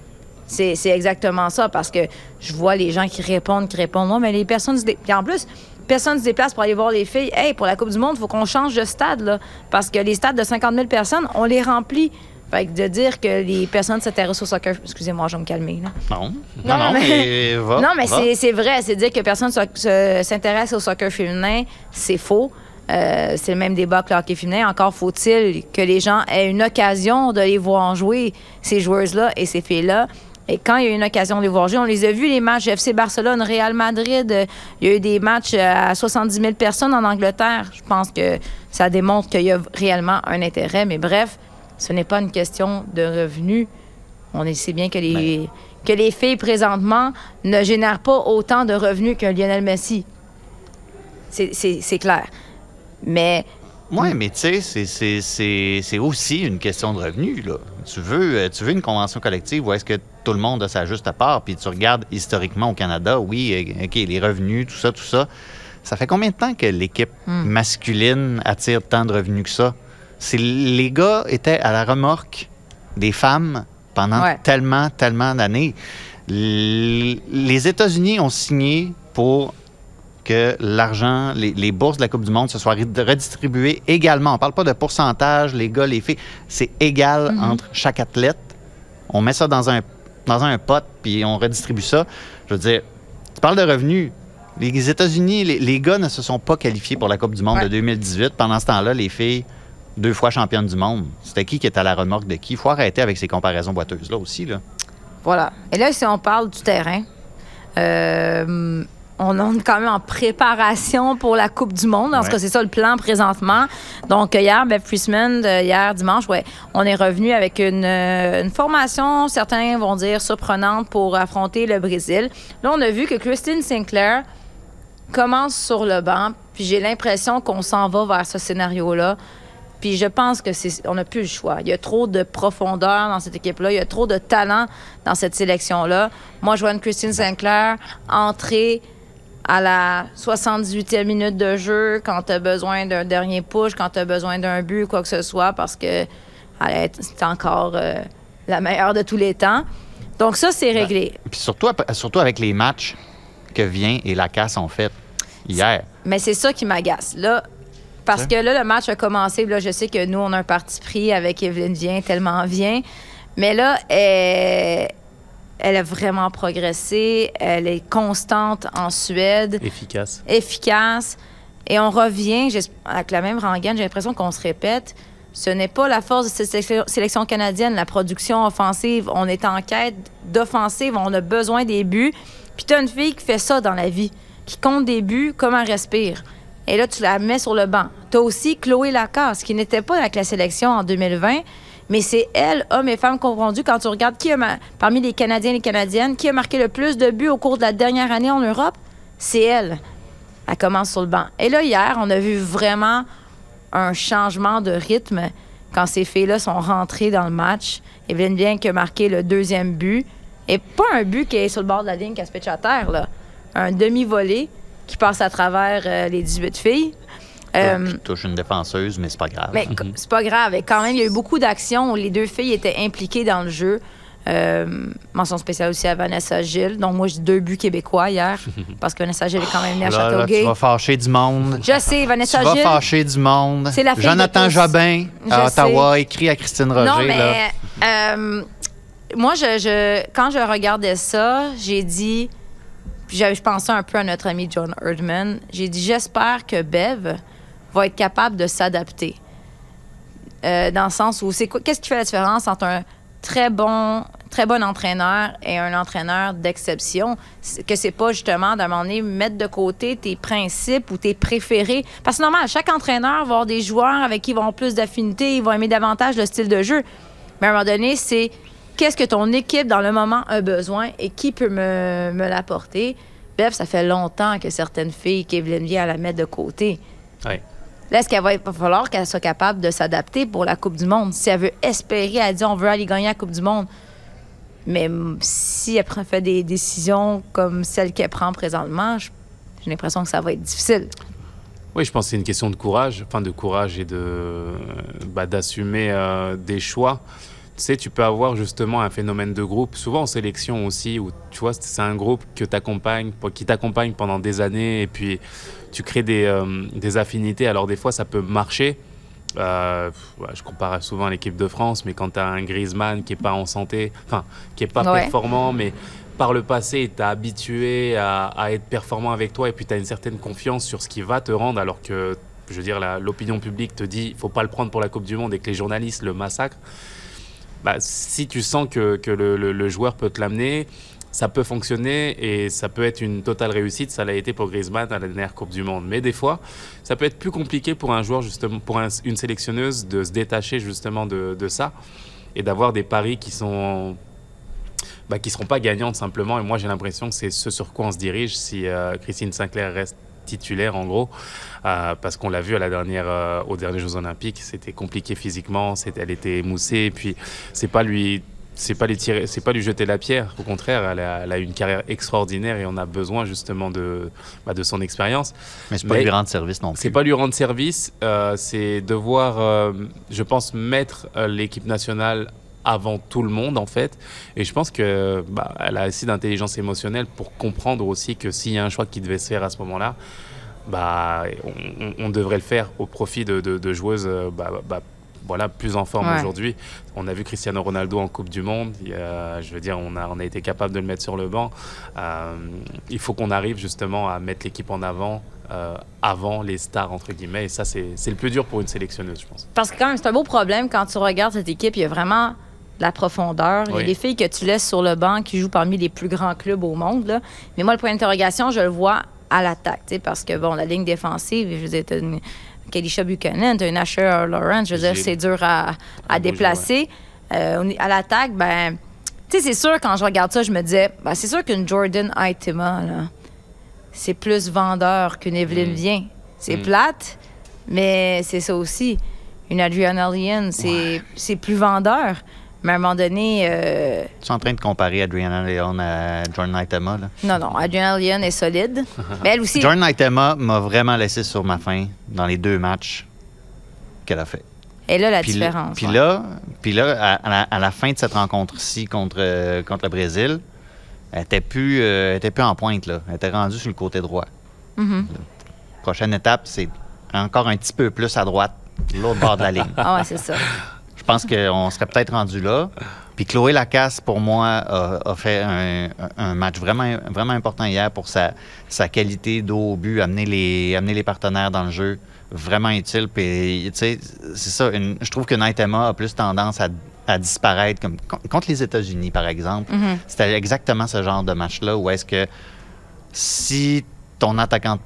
C'est exactement ça, parce que je vois les gens qui répondent. Non, mais les personnes... Puis en plus, personne se déplace pour aller voir les filles. Hey, pour la Coupe du Monde, il faut qu'on change de stade, là, parce que les stades de 50 000 personnes, on les remplit. Fait que de dire que les personnes s'intéressent au soccer... Excusez-moi, je vais me calmer, là. Non, mais va. Non, mais c'est vrai. C'est dire que personne s'intéresse au soccer féminin, c'est faux. C'est le même débat que le hockey féminin. Encore faut-il que les gens aient une occasion de les voir jouer, ces joueuses-là et ces filles-là. Et quand il y a eu une occasion de les voir jouer, on les a vus, les matchs FC Barcelone, Real Madrid. Il y a eu des matchs à 70 000 personnes en Angleterre. Je pense que ça démontre qu'il y a réellement un intérêt. Mais bref, ce n'est pas une question de revenus. On sait bien que les filles, présentement, ne génèrent pas autant de revenus qu'un Lionel Messi. C'est clair. Mais... Oui, mais tu sais, c'est aussi une question de revenus, là. Tu veux une convention collective où est-ce que tout le monde a sa juste part, puis tu regardes historiquement au Canada, oui, OK, les revenus, tout ça. Ça fait combien de temps que l'équipe masculine attire tant de revenus que ça? Les gars étaient à la remorque des femmes pendant tellement d'années. Les États-Unis ont signé pour que l'argent, les bourses de la Coupe du Monde se soient redistribuées également. On ne parle pas de pourcentage, les gars, les filles. C'est égal entre chaque athlète. On met ça dans un pot, puis on redistribue ça. Je veux dire, tu parles de revenus. Les États-Unis, les gars ne se sont pas qualifiés pour la Coupe du Monde de 2018. Pendant ce temps-là, les filles, 2 fois championnes du monde. C'était qui était à la remorque de qui? Il faut arrêter avec ces comparaisons boiteuses-là aussi, là. Voilà. Et là, si on parle du terrain, on est quand même en préparation pour la Coupe du Monde. En tout cas, c'est ça le plan présentement. Donc, hier, Bev Priestman, hier dimanche, on est revenu avec une formation, certains vont dire surprenante, pour affronter le Brésil. Là, on a vu que Christine Sinclair commence sur le banc, puis j'ai l'impression qu'on s'en va vers ce scénario-là. Puis je pense que on n'a plus le choix. Il y a trop de profondeur dans cette équipe-là. Il y a trop de talent dans cette sélection-là. Moi, je vois une Christine Sinclair entrer à la 78e minute de jeu quand tu as besoin d'un dernier push, quand tu as besoin d'un but, quoi que ce soit, parce que c'est encore la meilleure de tous les temps. Donc ça, c'est réglé. Puis surtout avec les matchs que Vien et Lacasse ont fait hier. Mais c'est ça qui m'agace. Là, parce que là, le match a commencé. Là, je sais que nous, on a un parti pris avec Evelyne Vien, tellement Vien. Mais là, elle a vraiment progressé. Elle est constante en Suède. Efficace. Et on revient, avec la même rengaine, j'ai l'impression qu'on se répète. Ce n'est pas la force de cette sélection canadienne, la production offensive. On est en quête d'offensive. On a besoin des buts. Puis tu as une fille qui fait ça dans la vie, qui compte des buts comme elle respire. Et là, tu la mets sur le banc. Tu as aussi Chloé Lacasse, qui n'était pas avec la sélection en 2020, mais c'est elle, hommes et femmes confondus, quand tu regardes parmi les Canadiens et les Canadiennes, qui a marqué le plus de buts au cours de la dernière année en Europe, c'est elle. Elle commence sur le banc. Et là, hier, on a vu vraiment un changement de rythme quand ces filles-là sont rentrées dans le match. Evelyne Vien qui a marqué le 2e but. Et pas un but qui est sur le bord de la ligne, qui se pitche à terre, là. Un demi-volé qui passe à travers les 18 filles. Qui touche une défenseuse, mais c'est pas grave. Mais c'est pas grave. Et quand même, il y a eu beaucoup d'actions où les 2 filles étaient impliquées dans le jeu. Mention spéciale aussi à Vanessa Gilles. Donc, moi, j'ai 2 buts québécois hier, parce que Vanessa Gilles est quand même venue à Châteauguay. Tu vas fâcher du monde. Je sais, Vanessa Gilles. Tu vas fâcher du monde. C'est la fille Jonathan Jobin, à Ottawa, écrit à Christine Roger. Non, mais moi, quand je regardais ça, j'ai dit... Je pensais un peu à notre ami John Erdman. J'ai dit, j'espère que Bev va être capable de s'adapter. Dans le sens où, qu'est-ce qui fait la différence entre un très bon entraîneur et un entraîneur d'exception? Que c'est pas justement, d'un moment donné, mettre de côté tes principes ou tes préférés. Parce que normal, chaque entraîneur va avoir des joueurs avec qui ils vont avoir plus d'affinité, ils vont aimer davantage le style de jeu. Mais à un moment donné, c'est... Qu'est-ce que ton équipe, dans le moment, a besoin et qui peut me l'apporter? Bev, ça fait longtemps que certaines filles, qu'Evelyne Vien, la mettre de côté. Oui. Là, est-ce qu'il va falloir qu'elle soit capable de s'adapter pour la Coupe du Monde? Si elle veut espérer, elle dit on veut aller gagner la Coupe du Monde. Mais si elle fait des décisions comme celles qu'elle prend présentement, j'ai l'impression que ça va être difficile. Oui, je pense que c'est une question de courage, et d'assumer des choix. sais, tu peux avoir justement un phénomène de groupe, souvent en sélection aussi, où tu vois, c'est un groupe qui t'accompagne pendant des années, et puis tu crées des affinités. Alors des fois, ça peut marcher. Je compare souvent à l'équipe de France, mais quand tu as un Griezmann qui n'est pas en santé, enfin, qui n'est pas performant, mais par le passé, il t'a habitué à être performant avec toi, et puis tu as une certaine confiance sur ce qui va te rendre, alors que, je veux dire, l'opinion publique te dit qu'il ne faut pas le prendre pour la Coupe du Monde et que les journalistes le massacrent. Bah, si tu sens que le joueur peut te l'amener, ça peut fonctionner et ça peut être une totale réussite. Ça l'a été pour Griezmann à la dernière Coupe du Monde. Mais des fois, ça peut être plus compliqué pour un joueur, justement, pour une sélectionneuse, de se détacher justement de ça et d'avoir des paris qui seront pas gagnantes simplement. Et moi, j'ai l'impression que c'est ce sur quoi on se dirige si Christine Sinclair reste titulaire, en gros, parce qu'on l'a vu à la dernière, aux derniers Jeux Olympiques, c'était compliqué physiquement, elle était émoussée, et puis c'est pas lui jeter la pierre, au contraire, elle a une carrière extraordinaire et on a besoin justement de son expérience. Mais c'est pas lui rendre service non plus. C'est pas lui rendre service, c'est devoir, je pense, mettre l'équipe nationale avant tout le monde, en fait. Et je pense que elle a assez d'intelligence émotionnelle pour comprendre aussi que s'il y a un choix qui devait se faire à ce moment-là, on devrait le faire au profit de joueuses plus en forme aujourd'hui. On a vu Cristiano Ronaldo en Coupe du Monde. Je veux dire, on a été capable de le mettre sur le banc. Il faut qu'on arrive justement à mettre l'équipe en avant avant les stars, entre guillemets. Et ça, c'est le plus dur pour une sélectionneuse, je pense. Parce que quand même, c'est un beau problème quand tu regardes cette équipe. Il y a vraiment de la profondeur. Il y a des filles que tu laisses sur le banc qui jouent parmi les plus grands clubs au monde, là. Mais moi, le point d'interrogation, je le vois à l'attaque. Parce que, la ligne défensive, je veux dire, t'as une Kelisha Buchanan, t'as une Asher Lawrence, je veux dire, c'est dur à déplacer. À l'attaque, c'est sûr, quand je regarde ça, je me disais, c'est sûr qu'une Jordan Aitema, là, c'est plus vendeur qu'une Evelyne Viens. C'est plate, mais c'est ça aussi. Une Adriana Leon, c'est plus vendeur. Mais à un moment donné... Tu es en train de comparer Adriana Leon à Jordan Aitema, là? Non. Adriana Leon est solide. Mais elle aussi... Jordan Aitema m'a vraiment laissé sur ma faim dans les 2 matchs qu'elle a fait. Et là, la différence. Puis là, à la fin de cette rencontre-ci contre le Brésil, elle n'était plus en pointe, là. Elle était rendue sur le côté droit. La prochaine étape, c'est encore un petit peu plus à droite, l'autre bord de la ligne. Ah ouais, c'est ça. Je pense qu'on serait peut-être rendu là. Puis Chloé Lacasse, pour moi, a fait un match vraiment, vraiment important hier pour sa qualité d'eau au but, amener les partenaires dans le jeu, vraiment utile. Puis, tu sais, c'est ça. Je trouve que Naitema a plus tendance à disparaître, comme contre les États-Unis, par exemple. C'était exactement ce genre de match-là où est-ce que si ton attaquante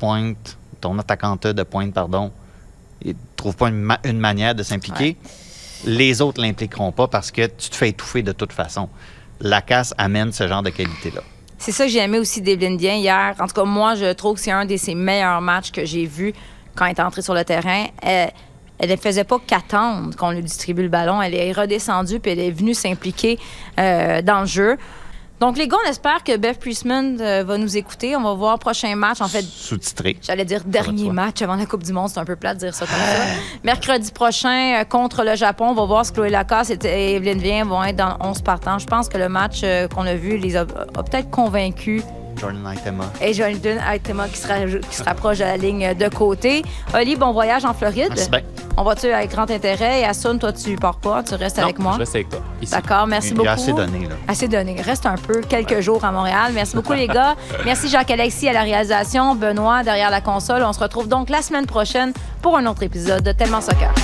de pointe, il ne trouve pas une manière de s'impliquer, les autres ne l'impliqueront pas parce que tu te fais étouffer de toute façon. Lacasse amène ce genre de qualité-là. C'est ça que j'ai aimé aussi d'Evelyne Viens hier. En tout cas, moi, je trouve que c'est un de ses meilleurs matchs que j'ai vu quand elle est entrée sur le terrain. Elle ne faisait pas qu'attendre qu'on lui distribue le ballon. Elle est redescendue puis elle est venue s'impliquer dans le jeu. Donc, les gars, on espère que Beth Priestman va nous écouter. On va voir le prochain match. En fait, sous-titré. J'allais dire dernier match avant la Coupe du Monde. C'est un peu plate de dire ça comme ça. Mercredi prochain, contre le Japon, on va voir si Chloé Lacasse et Evelyne Viens vont être dans 11 partants. Je pense que le match qu'on a vu les a peut-être convaincus. Jordan Aitema. Et Jordan Aitema qui se rapproche de la ligne de côté. Oli, bon voyage en Floride. Merci bien. On va-tu avec grand intérêt. Et Assun, toi, tu pars pas. Tu restes avec moi. Je reste avec toi. Ici. D'accord, merci beaucoup. Il y a assez donné, là. Assez donné. Reste un peu, quelques jours à Montréal. Merci beaucoup, les gars. Merci Jacques-Alexis à la réalisation. Benoît derrière la console. On se retrouve donc la semaine prochaine pour un autre épisode de Tellement Soccer.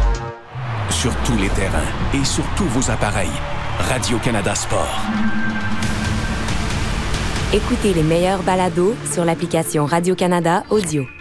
Sur tous les terrains et sur tous vos appareils. Radio-Canada Sport. Écoutez les meilleurs balados sur l'application Radio-Canada Audio.